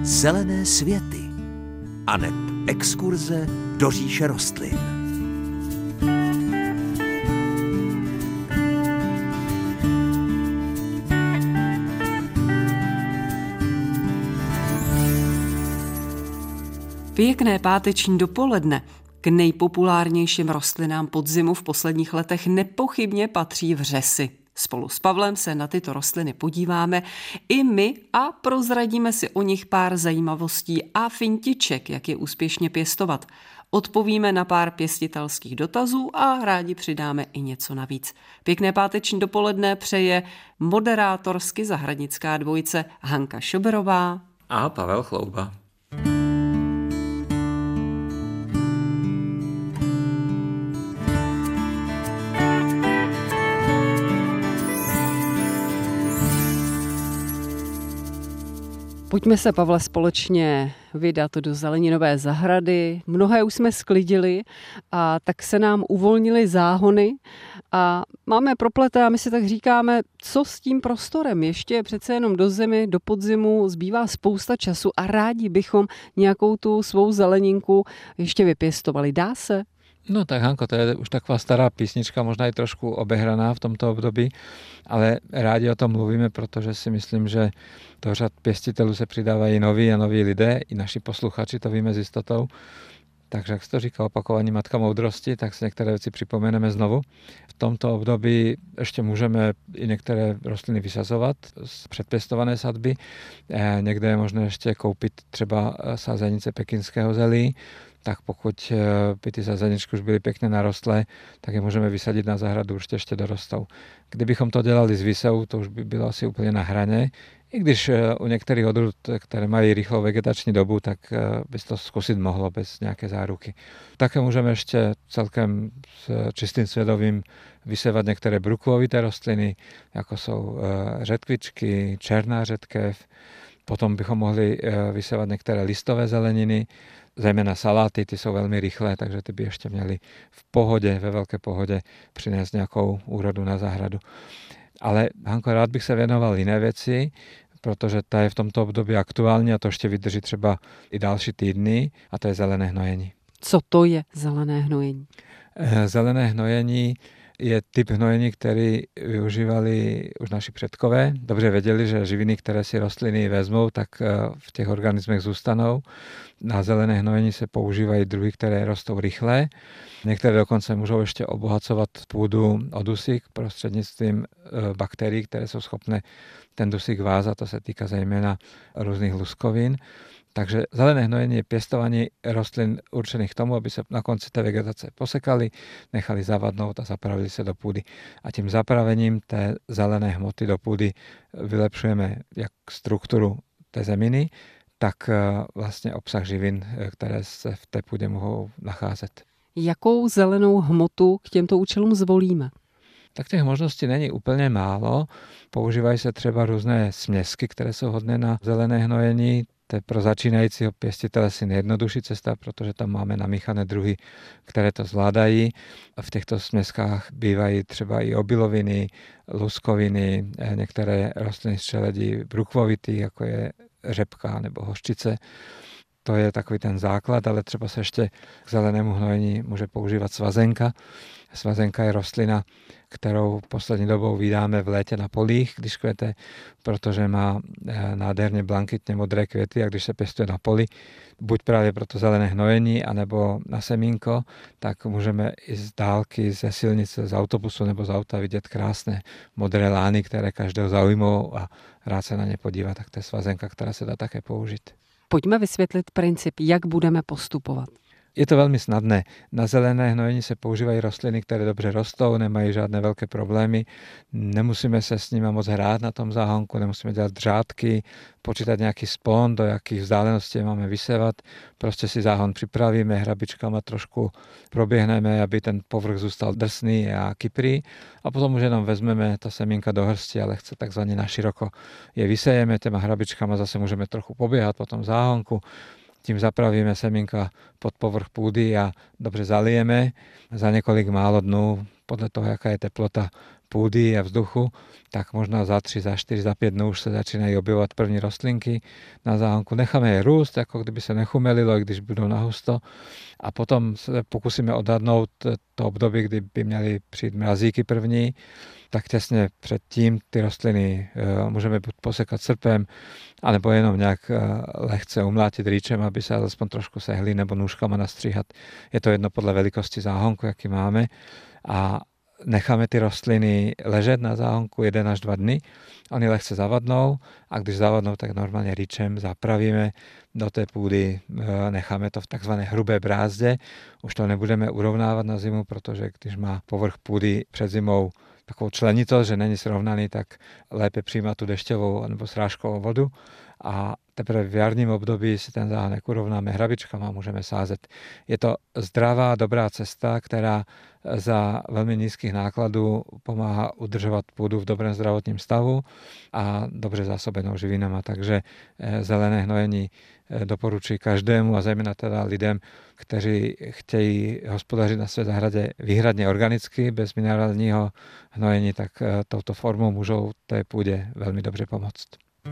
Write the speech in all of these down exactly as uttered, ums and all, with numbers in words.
Zelené světy aneb exkurze do říše rostlin. Pěkné páteční dopoledne. K nejpopulárnějším rostlinám podzimu v posledních letech nepochybně patří vřesy. Spolu s Pavlem se na tyto rostliny podíváme i my a prozradíme si o nich pár zajímavostí a fintiček, jak je úspěšně pěstovat. Odpovíme na pár pěstitelských dotazů a rádi přidáme i něco navíc. Pěkné páteční dopoledne přeje moderátorsky zahradnická dvojice Hanka Šoberová a Pavel Chlouba. Pojďme se, Pavle, společně vydat do zeleninové zahrady. Mnohé už jsme sklidili a tak se nám uvolnily záhony a máme propleté a my si tak říkáme, co s tím prostorem. Ještě přece jenom do zimy, do podzimu zbývá spousta času a rádi bychom nějakou tu svou zeleninku ještě vypěstovali. Dá se? No tak, Hanko, to je už taková stará písnička, možná i trošku obehraná v tomto období, ale rádi o tom mluvíme, protože si myslím, že do řad pěstitelů se přidávají noví a noví lidé, i naši posluchači, to víme s jistotou. Takže jak jsi to říkal, opakování matka moudrosti, tak si některé věci připomeneme znovu. V tomto období ještě můžeme i některé rostliny vysazovat z předpěstované sadby. Někde je možné ještě koupit třeba sázenice pekinského zelí, tak pokud by ty sazeničky už byly pěkně narostlé, tak je můžeme vysadit na zahradu, určitě ještě dorostou. Kdybychom to dělali z výsevu, to už by bylo asi úplně na hraně. I když u některých odrůd, které mají rychlou vegetační dobu, tak by to zkusit mohlo bez nějaké záruky. Také můžeme ještě celkem s čistým svědomím vysévat některé bruklovité rostliny, jako jsou řetkvičky, černá řetkev. Potom bychom mohli vysévat některé listové zeleniny, zejména saláty, ty jsou velmi rychlé, takže ty by ještě měly v pohodě, ve velké pohodě přinést nějakou úrodu na zahradu. Ale, Hanko, rád bych se věnoval jiné věci, protože ta je v tomto období aktuální a to ještě vydrží třeba i další týdny, a to je zelené hnojení. Co to je zelené hnojení? Zelené hnojení je typ hnojení, který využívali už naši předkové. Dobře věděli, že živiny, které si rostliny vezmou, tak v těch organismech zůstanou. Na zelené hnojení se používají druhy, které rostou rychle. Některé dokonce můžou ještě obohacovat půdu o dusík prostřednictvím bakterií, které jsou schopné ten dusík vázat. To se týká zejména různých luskovin. Takže zelené hnojení je pěstování rostlin určených k tomu, aby se na konci té vegetace posekali, nechali zavadnout a zapravili se do půdy. A tím zapravením té zelené hmoty do půdy vylepšujeme jak strukturu té zeminy, tak vlastně obsah živin, které se v té půdě mohou nacházet. Jakou zelenou hmotu k těmto účelům zvolíme? Tak těch možností není úplně málo. Používají se třeba různé směsky, které jsou hodné na zelené hnojení. To je pro začínajícího pěstitele si nejjednodušší cesta, protože tam máme namíchané druhy, které to zvládají. V těchto směskách bývají třeba i obiloviny, luskoviny, některé rostliny z čeledí brukvovitý, jako je řepka nebo hořčice. To je takový ten základ, ale třeba se ještě k zelenému hnojení může používat svazenka. Svazenka je rostlina, kterou poslední dobou vydáme v létě na polích, když kvete, protože má nádherně blankitně modré květy a když se pěstuje na poli, buď právě pro to zelené hnojení, anebo na semínko, tak můžeme i z dálky, ze silnice, z autobusu nebo z auta vidět krásné modré lány, které každého zaujmou a rád se na ně podívat. Tak to je svazenka, která se dá také použít. Pojďme vysvětlit princip, jak budeme postupovat. Je to velmi snadné. Na zelené hnojení se používají rostliny, které dobře rostou, nemají žádné velké problémy. Nemusíme se s nimi moc hrát na tom záhonku, nemusíme dělat dřátky, počítat nějaký spon, do jakých vzdáleností máme vysévat. Prostě si záhon připravíme, hrabičkama trošku proběhneme, aby ten povrch zůstal drsný a kyprý. A potom už jenom vezmeme ta semínka do hrsti a lehce takzvaně naširoko je vysejeme. Těma hrabičkama zase můžeme trochu poběhat po tom záhonku. Tím zapravíme semínka pod povrch půdy a dobře zalijeme. Za několik málo dnů, podle toho, jaká je teplota půdy a vzduchu, tak možná za tři, za čtyři, za pět dnů už se začínají objevovat první rostlinky na záhonku. Necháme je růst, jako kdyby se nechumelilo, i když budou nahusto. A potom se pokusíme odhadnout to období, kdy by měly přijít mrazíky první, tak těsně předtím ty rostliny můžeme buď posekat srpem, anebo jenom nějak lehce umlátit rýčem, aby se alespoň trošku sehly, nebo nůžkama nastříhat. Je to jedno podle velikosti záhonku, jaký máme. A necháme ty rostliny ležet na záhonku jeden až dva dny. Oni lehce zavadnou a když zavadnou, tak normálně rýčem zapravíme do té půdy, necháme to v takzvané hrubé brázdě. Už to nebudeme urovnávat na zimu, protože když má povrch půdy před zimou takovou členitost, že není srovnaný, tak lépe přijímá tu dešťovou nebo srážkovou vodu a teprve v jarním období si ten záhonek urovnáme hrabičkama a můžeme sázet. Je to zdravá, dobrá cesta, která za velmi nízkých nákladů pomáhá udržovat půdu v dobrém zdravotním stavu a dobře zásobenou živinama. Takže zelené hnojení doporučuji každému a zejména teda lidem, kteří chtějí hospodařit na své zahradě výhradně organicky, bez minerálního hnojení, tak touto formou můžou té půdě velmi dobře pomoct.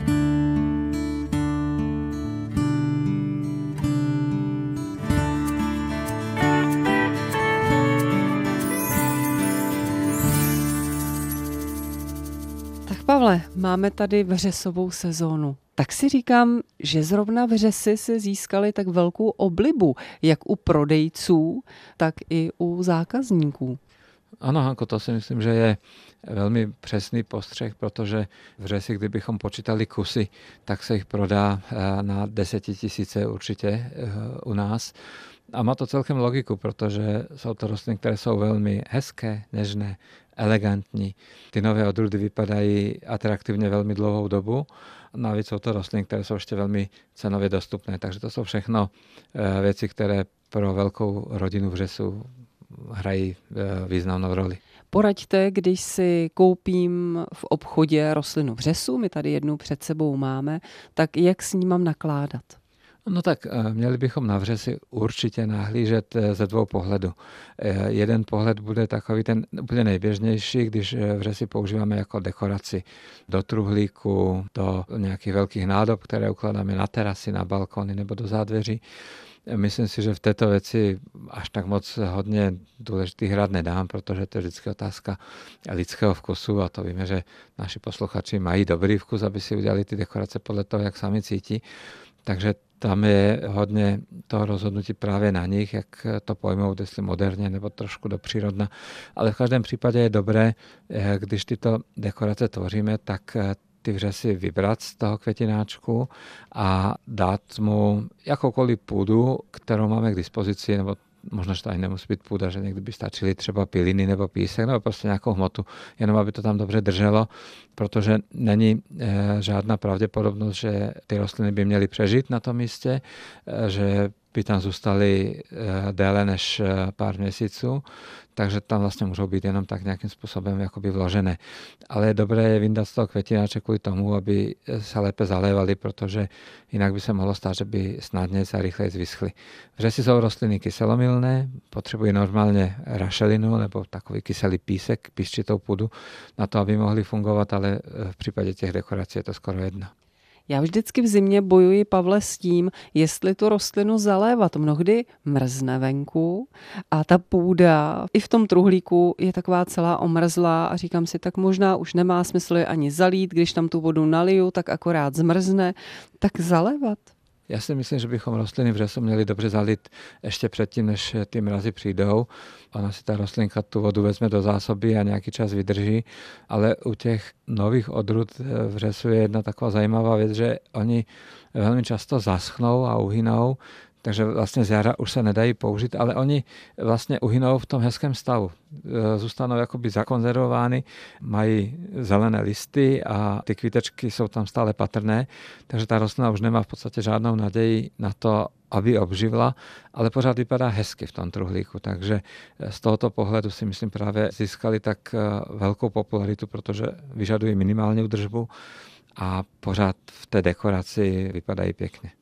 Pavle, máme tady vřesovou sezónu. Tak si říkám, že zrovna vřesy si získaly tak velkou oblibu, jak u prodejců, tak i u zákazníků. Ano, Hanko, to si myslím, že je velmi přesný postřeh, protože vřesy, kdybychom počítali kusy, tak se jich prodá na desetitisíce určitě u nás. A má to celkem logiku, protože jsou to rostliny, které jsou velmi hezké, nežné, elegantní. Ty nové odrůdy vypadají atraktivně velmi dlouhou dobu. Navíc jsou to rostliny, které jsou ještě velmi cenově dostupné. Takže to jsou všechno věci, které pro velkou rodinu vřesů hrají významnou roli. Poraďte, když si koupím v obchodě rostlinu vřesu, my tady jednu před sebou máme, tak jak s ní mám nakládat? No tak měli bychom na vřesy určitě nahlížet ze dvou pohledů. Jeden pohled bude takový ten úplně nejběžnější, když vřesy používáme jako dekoraci do truhlíku, do nějakých velkých nádob, které ukládáme na terasy, na balkony nebo do zádveří. Myslím si, že v této věci až tak moc hodně důležitých rad nedám, protože to je vždycky otázka lidského vkusu a to víme, že naši posluchači mají dobrý vkus, aby si udělali ty dekorace podle toho, jak sami cítí. Takže tam je hodně toho rozhodnutí právě na nich, jak to pojmout, jestli moderně nebo trošku do přírodna. Ale v každém případě je dobré, když tyto dekorace tvoříme, tak ty vřesy vybrat z toho květináčku a dát mu jakoukoliv půdu, kterou máme k dispozici, nebo možná, že to ani nemusí být půda, že někdy by stačily třeba piliny nebo písek, nebo prostě nějakou hmotu, jenom aby to tam dobře drželo, protože není e, žádná pravděpodobnost, že ty rostliny by měly přežít na tom místě, e, že by tam zůstaly e, déle než e, pár měsíců, takže tam vlastně můžou být jenom tak nějakým způsobem jakoby vložené. Ale je dobré je vyndat z toho květináče kvůli tomu, aby se lépe zalévaly, protože jinak by se mohlo stát, že by snadněji a rychleji vyschly. Vřesy jsou rostliny kyselomilné, potřebují normálně rašelinu nebo takový kyselý písek, písčitou půdu na to, aby mohly fungovat, ale v případě těch dekorací je to skoro jedno. Já vždycky v zimě bojuji, Pavle, s tím, jestli tu rostlinu zalévat. Mnohdy mrzne venku a ta půda i v tom truhlíku je taková celá omrzlá a říkám si, tak možná už nemá smysl je ani zalít, když tam tu vodu naliju, tak akorát zmrzne, tak zalévat. Já si myslím, že bychom rostliny vřesu měli dobře zalit ještě předtím, než ty mrazy přijdou. Ona si ta rostlinka tu vodu vezme do zásoby a nějaký čas vydrží, ale u těch nových odrůd vřesu je jedna taková zajímavá věc, že oni velmi často zaschnou a uhynou, takže vlastně z jara už se nedají použít, ale oni vlastně uhynou v tom hezkém stavu. Zůstanou jakoby zakonzervovány, mají zelené listy a ty květečky jsou tam stále patrné, takže ta rostlina už nemá v podstatě žádnou naději na to, aby obživla, ale pořád vypadá hezky v tom truhlíku, takže z tohoto pohledu si myslím právě získali tak velkou popularitu, protože vyžadují minimální údržbu a pořád v té dekoraci vypadají pěkně.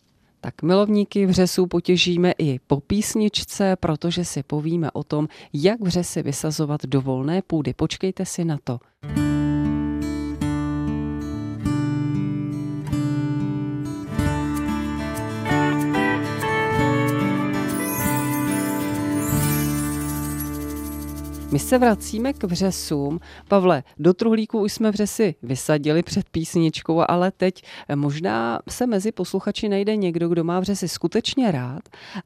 Tak milovníky vřesů potěžíme i po písničce, protože si povíme o tom, jak vřesy vysazovat do volné půdy. Počkejte si na to. My se vracíme k vřesům. Pavle, do truhlíku už jsme vřesy vysadili před písničkou, ale teď možná se mezi posluchači najde někdo, kdo má vřesy skutečně rád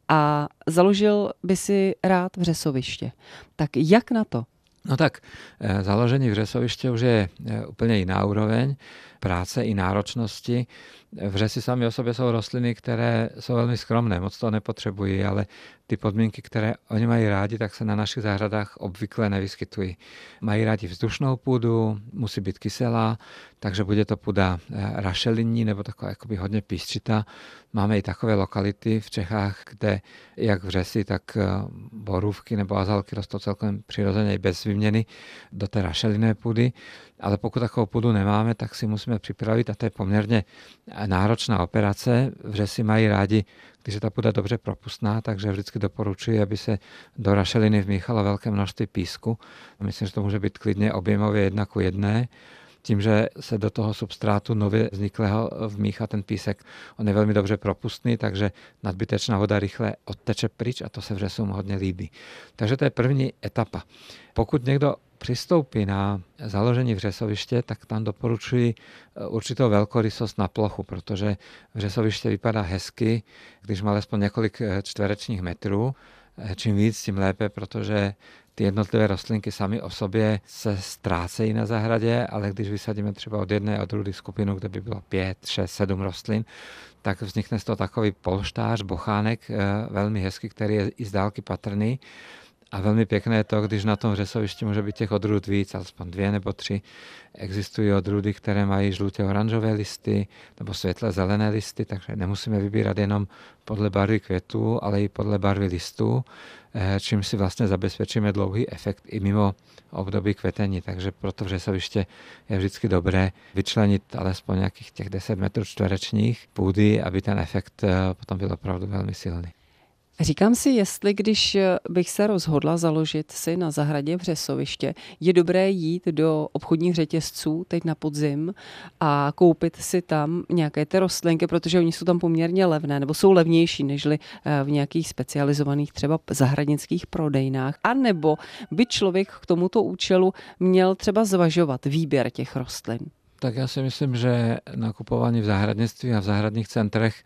a založil by si rád vřesoviště. Tak jak na to? No tak, založení vřesoviště už je úplně jiná úroveň práce i náročnosti. Vřesy sami o sobě jsou rostliny, které jsou velmi skromné, moc to nepotřebují, ale ty podmínky, které oni mají rádi, tak se na našich zahradách obvykle nevyskytují. Mají rádi vzdušnou půdu, musí být kyselá, takže bude to půda rašelinní nebo taková jakoby hodně písčitá. Máme i takové lokality v Čechách, kde jak vřesy, tak borůvky nebo azalky rostou celkem přirozeně i bez výměny do té rašelinné půdy. Ale pokud takovou půdu nemáme, tak si musíme připravit, a to je poměrně náročná operace. Vřesy mají rádi, když je ta půda dobře propustná, takže vždycky doporučuji, aby se do rašeliny vmíchalo velké množství písku. Myslím, že to může být klidně objemově jedna ku jedné. Tím, že se do toho substrátu nově vzniklého vmíchá ten písek, on je velmi dobře propustný, takže nadbytečná voda rychle odteče pryč a to se vřesům hodně líbí. Takže to je první etapa. Pokud někdo přistoupí na založení vřesoviště, tak tam doporučuji určitou velkorysost na plochu, protože vřesoviště vypadá hezky, když má alespoň několik čtverečních metrů. Čím víc, tím lépe, protože ty jednotlivé rostlinky sami o sobě se ztrácejí na zahradě, ale když vysadíme třeba od jedné a od druhé skupinu, kde by bylo pět, šest, sedm rostlin, tak vznikne z toho takový polštář, bochánek, velmi hezký, který je i z dálky patrný. A velmi pěkné je to, když na tom vřesovišti může být těch odrůd víc, alespoň dvě nebo tři. Existují odrůdy, které mají žlutě oranžové listy nebo světle zelené listy, takže nemusíme vybírat jenom podle barvy květů, ale i podle barvy listů, čím si vlastně zabezpečíme dlouhý efekt i mimo období kvetení. Takže proto vřesoviště je vždycky dobré vyčlenit alespoň nějakých těch deset metrů čtverečních půdy, aby ten efekt potom byl opravdu velmi silný. Říkám si, jestli když bych se rozhodla založit si na zahradě vřesoviště, je dobré jít do obchodních řetězců teď na podzim a koupit si tam nějaké ty rostlinky, protože oni jsou tam poměrně levné nebo jsou levnější nežli v nějakých specializovaných třeba zahradnických prodejnách. A nebo by člověk k tomuto účelu měl třeba zvažovat výběr těch rostlin? Tak já si myslím, že nakupování v zahradnictví a v zahradních centrech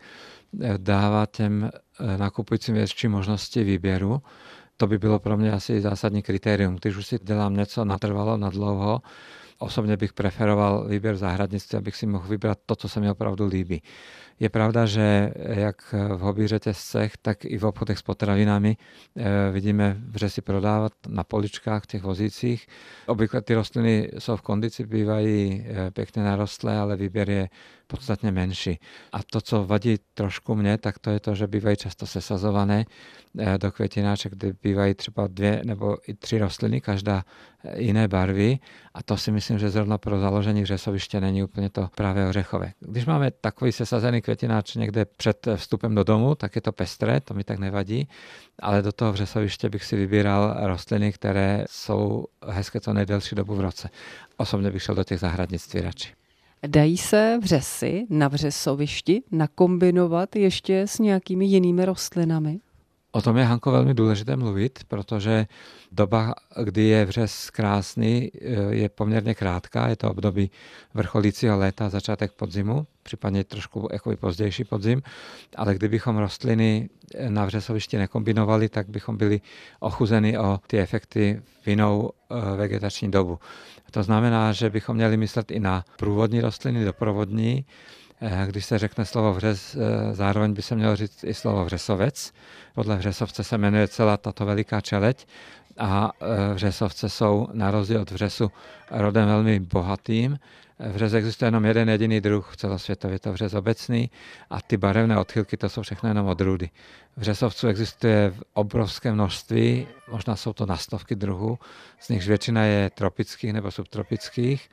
dává těm nakupujícím větší možnosti výběru. To by bylo pro mě asi zásadní kritérium. Když už si dělám něco natrvalo, nadlouho, osobně bych preferoval výběr v zahradnictví, abych si mohl vybrat to, co se mi opravdu líbí. Je pravda, že jak v hobby řetězcech, tak i v obchodech s potravinami vidíme vřesy prodávat na poličkách v těch vozících. Obvykle ty rostliny jsou v kondici, bývají pěkně narostlé, ale výběr je podstatně menší. A to, co vadí trošku mě, tak to je to, že bývají často sesazované do květináček, kde bývají třeba dvě nebo i tři rostliny, každá jiné barvy. A to si myslím, že zrovna pro založení vřesoviště není úplně to právě ořechové. Když máme takový sesazený květináč někde před vstupem do domu, tak je to pestré, to mi tak nevadí, ale do toho vřesoviště bych si vybíral rostliny, které jsou hezké co nejdelší dobu v roce. Osobně bych šel do těch zahradnictví radši. Dají se vřesy na vřesovišti nakombinovat ještě s nějakými jinými rostlinami? O tom je, Hanko, velmi důležité mluvit, protože doba, kdy je vřes krásný, je poměrně krátká. Je to období vrcholícího léta, začátek podzimu, případně trošku jakoby pozdější podzim, ale kdybychom rostliny na vřesovišti nekombinovali, tak bychom byli ochuzeni o ty efekty v jinou vegetační dobu. To znamená, že bychom měli myslet i na průvodní rostliny, doprovodní. Když se řekne slovo vřes, zároveň by se mělo říct i slovo vřesovec. Podle vřesovce se jmenuje celá tato veliká čeleď a vřesovce jsou na rozdíl od vřesu rodem velmi bohatým. Vřes existuje jenom jeden jediný druh celosvětově, to vřes obecný a ty barevné odchylky, to jsou všechno jenom odrůdy. Vřesovců existuje v obrovské množství, možná jsou to na stovky druhů, z nichž většina je tropických nebo subtropických.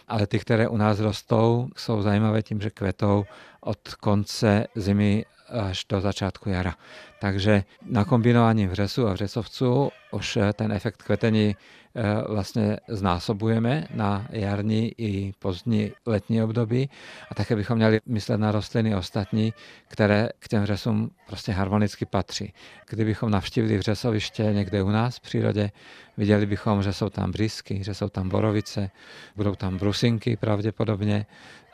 ale ty, které u nás rostou, jsou zajímavé tím, že kvetou od konce zimy až do začátku jara. Takže na kombinování vřesu a vřesovců už ten efekt kvetení vlastně znásobujeme na jarní i pozdní letní období a také bychom měli myslet na rostliny ostatní, které k těm vřesům prostě harmonicky patří. Kdybychom navštívili vřesoviště někde u nás v přírodě, viděli bychom, že jsou tam brýsky, že jsou tam borovice, budou tam brusinky pravděpodobně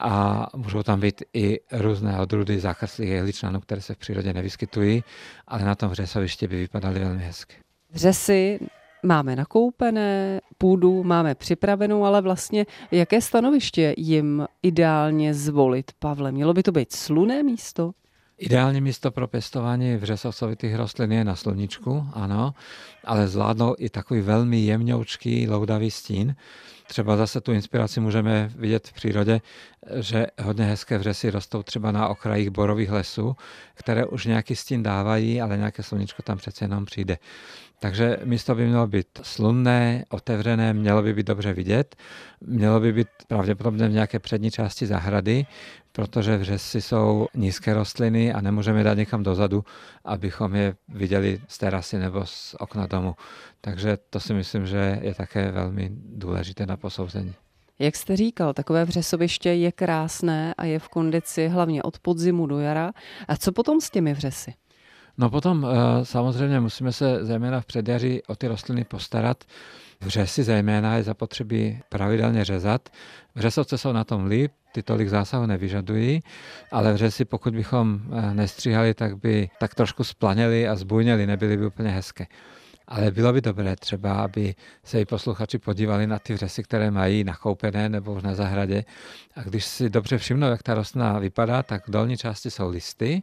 a můžou tam být i různé odrůdy záchrtlých jehličnanů, které se v přírodě nevyskytují, ale na tom vřesovišti by vypadaly velmi hezky. Vřesy máme nakoupené, půdu máme připravenou, ale vlastně jaké stanoviště jim ideálně zvolit, Pavle? Mělo by to být slunné místo? Ideální místo pro pěstování vřesovcovitých rostlin je na sluníčku, ano, ale zvládnou i takový velmi jemňoučký loudavý stín. Třeba zase tu inspiraci můžeme vidět v přírodě, že hodně hezké vřesy rostou třeba na okrajích borových lesů, které už nějaký stín dávají, ale nějaké sluníčko tam přece jenom přijde. Takže místo by mělo být slunné, otevřené, mělo by být dobře vidět, mělo by být pravděpodobně v nějaké přední části zahrady, protože vřesy jsou nízké rostliny a nemůžeme dát někam dozadu, abychom je viděli z terasy nebo z okna domu. Takže to si myslím, že je také velmi důležité na posouzení. Jak jste říkal, takové vřesoviště je krásné a je v kondici hlavně od podzimu do jara. A co potom s těmi vřesy? No potom samozřejmě musíme se zejména v předjaří o ty rostliny postarat. Vřesy zejména je zapotřebí pravidelně řezat. Vřesovce jsou na tom líp, ty tolik zásahu nevyžadují, ale vřesy, pokud bychom nestříhali, tak by tak trošku splaněly a zbujněly, nebyly by úplně hezké. Ale bylo by dobré třeba, aby se i posluchači podívali na ty vřesy, které mají nakoupené nebo už na zahradě. A když si dobře všimnou, jak ta rostlina vypadá, tak v dolní části jsou listy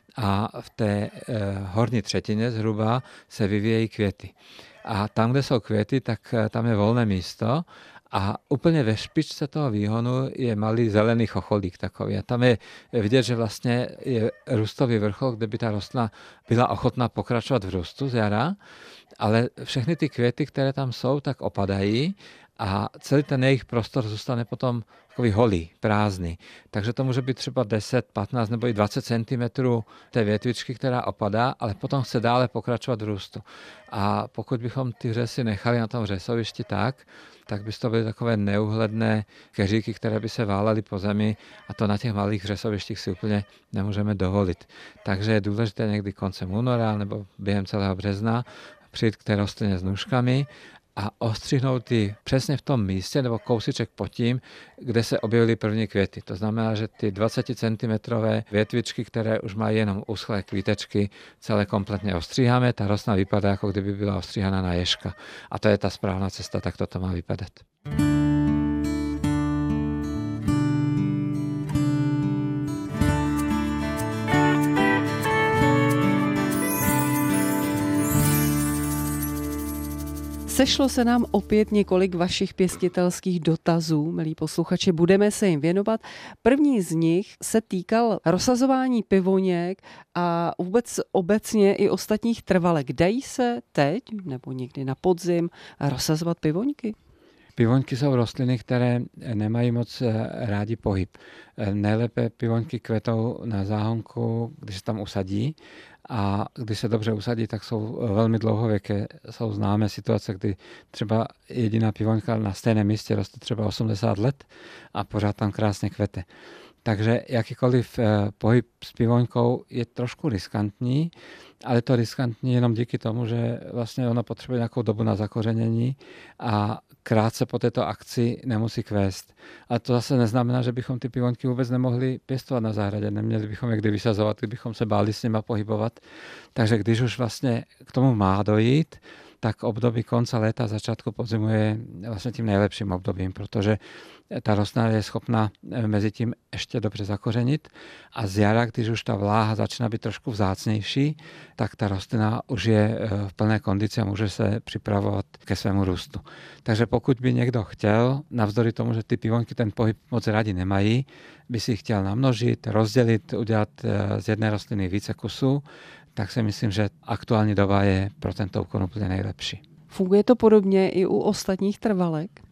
a v té eh, horní třetině zhruba se vyvíjejí květy. A tam, kde jsou květy, tak tam je volné místo a úplně ve špičce toho výhonu je malý zelený chocholík takový. A tam je vidět, že vlastně je růstový vrchol, kde by ta rostlina byla ochotná pokračovat v růstu z jara, ale všechny ty květy, které tam jsou, tak opadají a celý ten jejich prostor zůstane potom takový holý, prázdný. Takže to může být třeba deset, patnáct nebo i dvacet centimetrů té větvičky, která opadá, ale potom chce dále pokračovat v růstu. A pokud bychom ty vřesy nechali na tom vřesovišti tak, tak by to byly takové neuhledné keříky, které by se válaly po zemi a to na těch malých vřesovištích si úplně nemůžeme dovolit. Takže je důležité někdy koncem února nebo během celého března přijít k té rostlině s nůžkami a ostřihnout ji přesně v tom místě nebo kousíček pod tím, kde se objevily první květy. To znamená, že ty dvaceticentimérové větvičky, které už mají jenom uschlé kvítečky, celé kompletně ostříháme. Ta rostlina vypadá, jako kdyby byla ostříhaná na ježka. A to je ta správná cesta, tak to má vypadat. Sešlo se nám opět několik vašich pěstitelských dotazů, milí posluchači, budeme se jim věnovat. První z nich se týkal rozsazování pivoněk a vůbec obecně i ostatních trvalek. Dají se teď nebo někdy na podzim rozsazovat pivoňky? Pivoňky jsou rostliny, které nemají moc rádi pohyb. Nejlépe pivoňky kvetou na záhonku, když se tam usadí. A když se dobře usadí, tak jsou velmi dlouhověké. Jsou známé situace, kdy třeba jediná pivoňka na stejném místě roste třeba osmdesát let a pořád tam krásně kvete. Takže jakýkoliv pohyb s pivoňkou je trošku riskantní, ale to riskantní jenom díky tomu, že vlastně ona potřebuje nějakou dobu na zakořenění a krátce po této akci nemusí kvést. A to zase neznamená, že bychom ty pivoňky vůbec nemohli pěstovat na zahradě, neměli bychom je kdy vysazovat, kdybychom se báli s nima pohybovat. Takže když už vlastně k tomu má dojít, tak období konce léta, začátku podzimu je vlastně tím nejlepším obdobím, protože ta rostlina je schopna mezi tím ještě dobře zakořenit a z jara, když už ta vláha začíná být trošku vzácnější, tak ta rostlina už je v plné kondici a může se připravovat ke svému růstu. Takže pokud by někdo chtěl, navzdory tomu, že ty pivoňky ten pohyb moc rádi nemají, by si chtěl namnožit, rozdělit, udělat z jedné rostliny více kusů, tak si myslím, že aktuální doba je pro tento úkon úplně nejlepší. Funguje to podobně i u ostatních trvalek?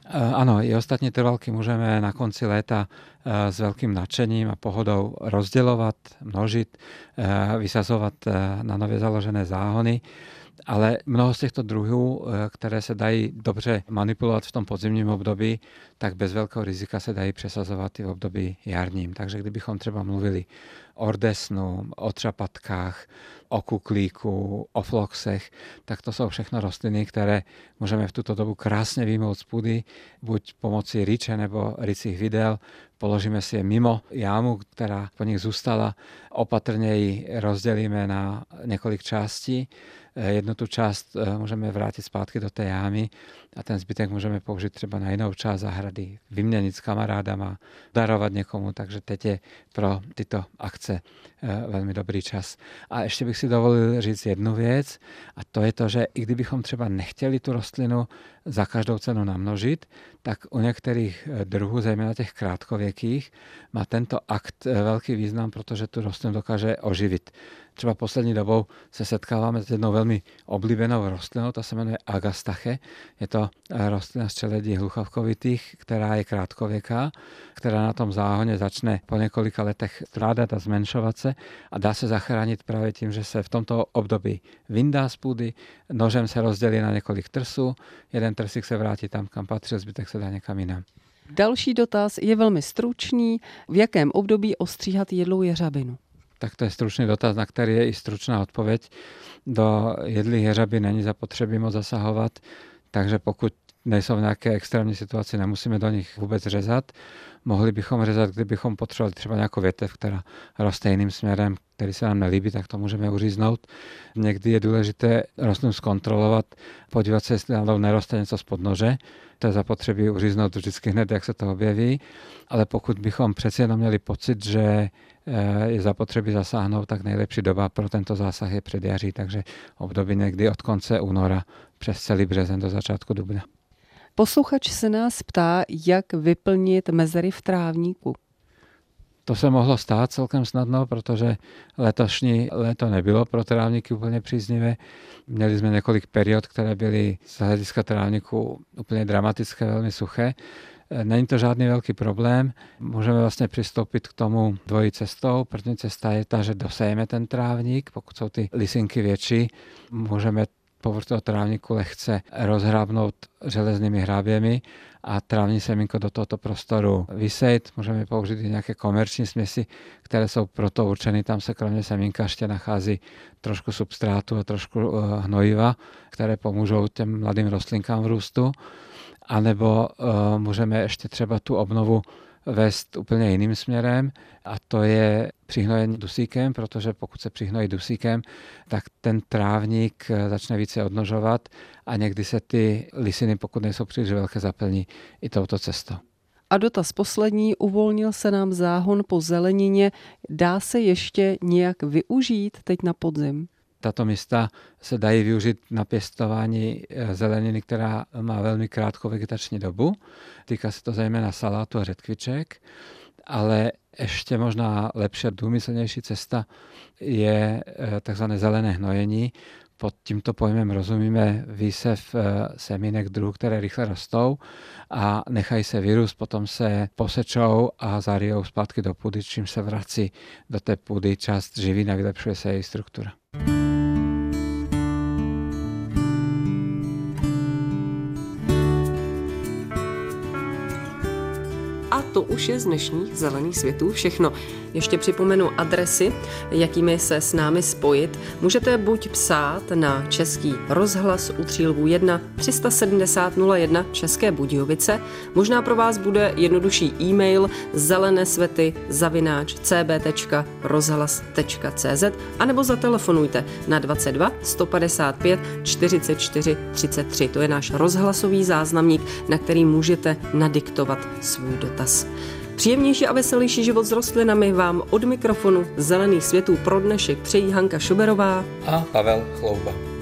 Áno, i ostatní trvalky môžeme na konci léta s veľkým nadšením a pohodou rozdeľovať, množiť, vysazovať na nově založené záhony. Ale mnoho z těchto druhů, které se dají dobře manipulovat v tom podzimním období, tak bez velkého rizika se dají přesazovat i v období jarním. Takže kdybychom třeba mluvili o rdesnu, o třapatkách, o kuklíku, o floxech, tak to jsou všechno rostliny, které můžeme v tuto dobu krásně vyjmout z půdy, buď pomocí riče nebo ricích videl. Položíme si je mimo jámu, která po nich zůstala, opatrně ji rozdělíme na několik částí. Jednu tu část můžeme vrátit zpátky do té jámy a ten zbytek můžeme použít třeba na jinou část zahrady, vyměnit s kamarádama, darovat někomu, takže teď je pro tyto akce velmi dobrý čas. A ještě bych si dovolil říct jednu věc, a to je to, že i kdybychom třeba nechtěli tu rostlinu za každou cenu namnožit, tak u některých druhů, zejména těch krátkověkých, má tento akt velký význam, protože tu rostlinu dokáže oživit. Třeba poslední dobou se setkáváme s jednou velmi oblíbenou rostlinou, ta se jmenuje Agastache. Je to rostlina z čeledí hluchavkovitých, která je krátkověká, která na tom záhoně začne po několika letech strádat a zmenšovat se a dá se zachránit právě tím, že se v tomto období vyndá z půdy, nožem se rozdělí na několik trsů, jeden trsík se vrátí tam, kam patří, zbytek se dá někam jinam. Další dotaz je velmi stručný. V jakém období ostříhat jedlou jeřabinu? Tak to je stručný dotaz, na který je i stručná odpověď. Do jedlých jeřaby není zapotřebí moc zasahovat, takže pokud nejsou v nějaké extrémní situaci, nemusíme do nich vůbec řezat. Mohli bychom řezat, kdybychom potřebovali třeba nějakou větev, která roste jiným směrem, který se nám nelíbí, tak to můžeme uříznout. Někdy je důležité rostlinu zkontrolovat, podívat se, jestli náhodou neroste něco spod nože. To je zapotřebí uříznout vždycky hned, jak se to objeví. Ale pokud bychom přeci jenom měli pocit, že je zapotřebí zasáhnout, tak nejlepší doba pro tento zásah je předjaří, takže období někdy od konce února přes celý březen do začátku dubna. Posluchač se nás ptá, jak vyplnit mezery v trávníku. To se mohlo stát celkem snadno, protože letošní léto nebylo pro trávníky úplně příznivé. Měli jsme několik period, které byly z hlediska trávníku úplně dramatické, velmi suché. Není to žádný velký problém. Můžeme vlastně přistoupit k tomu dvojí cestou. První cesta je ta, že dosejeme ten trávník. Pokud jsou ty lisinky větší, můžeme povrch toho trávníku lehce rozhrábnout železnými hráběmi a trávní semínko do tohoto prostoru vysejt. Můžeme použít i nějaké komerční směsi, které jsou proto určeny. Tam se kromě semínka ještě nachází trošku substrátu a trošku hnojiva, které pomůžou těm mladým rostlinkám v růstu. A nebo uh, můžeme ještě třeba tu obnovu vést úplně jiným směrem a to je přihnojení dusíkem, protože pokud se přihnojí dusíkem, tak ten trávník začne více odnožovat a někdy se ty lisiny, pokud nejsou příliš velké, zaplní i touto cestou. A dotaz poslední, uvolnil se nám záhon po zelenině. Dá se ještě nějak využít teď na podzim? Tato místa se dají využít na pěstování zeleniny, která má velmi krátkou vegetační dobu. Týká se to zejména salátu a řetkviček, ale ještě možná lepší a důmyslnější cesta je takzvané zelené hnojení. Pod tímto pojmem rozumíme výsev semínek druhů, které rychle rostou a nechají se vyrůst, potom se posečou a zarijou zpátky do půdy, čím se vrací do té půdy část živin a vylepšuje se její struktura. A to už je z dnešních zelených světů všechno. Ještě připomenu adresy, jakými se s námi spojit. Můžete buď psát na Český rozhlas u Třílvů jedna tři sedmdesát nula jedna České Budějovice. Možná pro vás bude jednodušší e-mail zelenesvety zavináč c b tečka rozhlas tečka c z anebo zatelefonujte na dvacet dva sto padesát pět čtyřicet čtyři třicet tři. To je náš rozhlasový záznamník, na který můžete nadiktovat svůj dotaz. Příjemnější a veselější život s rostlinami vám od mikrofonu Zelených světů pro dnešek přejí Hanka Šuberová a Pavel Chlouba.